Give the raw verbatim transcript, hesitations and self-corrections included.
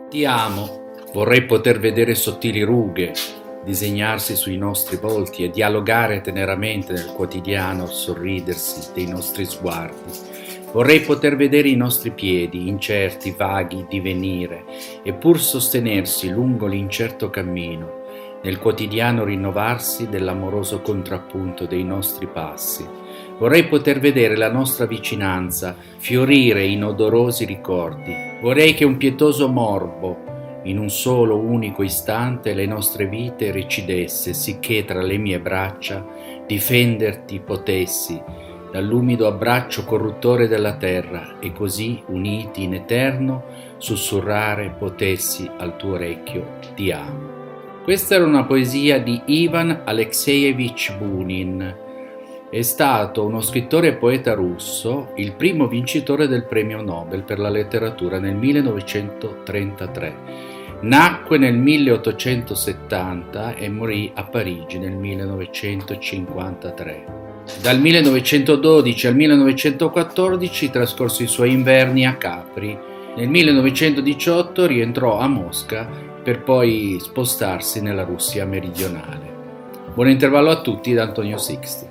Ti amo, vorrei poter vedere sottili rughe disegnarsi sui nostri volti e dialogare teneramente nel quotidiano sorridersi dei nostri sguardi. Vorrei poter vedere i nostri piedi, incerti, vaghi, divenire, e pur sostenersi lungo l'incerto cammino, nel quotidiano rinnovarsi dell'amoroso contrappunto dei nostri passi. Vorrei poter vedere la nostra vicinanza fiorire in odorosi ricordi. Vorrei che un pietoso morbo, in un solo unico istante, le nostre vite recidesse, sicché tra le mie braccia difenderti potessi dall'umido abbraccio corruttore della terra, e così, uniti in eterno, sussurrare potessi al tuo orecchio ti amo. Questa era una poesia di Ivan Alexeyevich Bunin. È stato uno scrittore e poeta russo, il primo vincitore del premio Nobel per la letteratura nel millenovecentotrentatré. Nacque nel milleottocentosettanta e morì a Parigi nel millenovecentocinquantatré. Dal millenovecentododici al millenovecentoquattordici trascorse i suoi inverni a Capri. Nel millenovecentodiciotto rientrò a Mosca per poi spostarsi nella Russia meridionale. Buon intervallo a tutti da Antonio Sixti.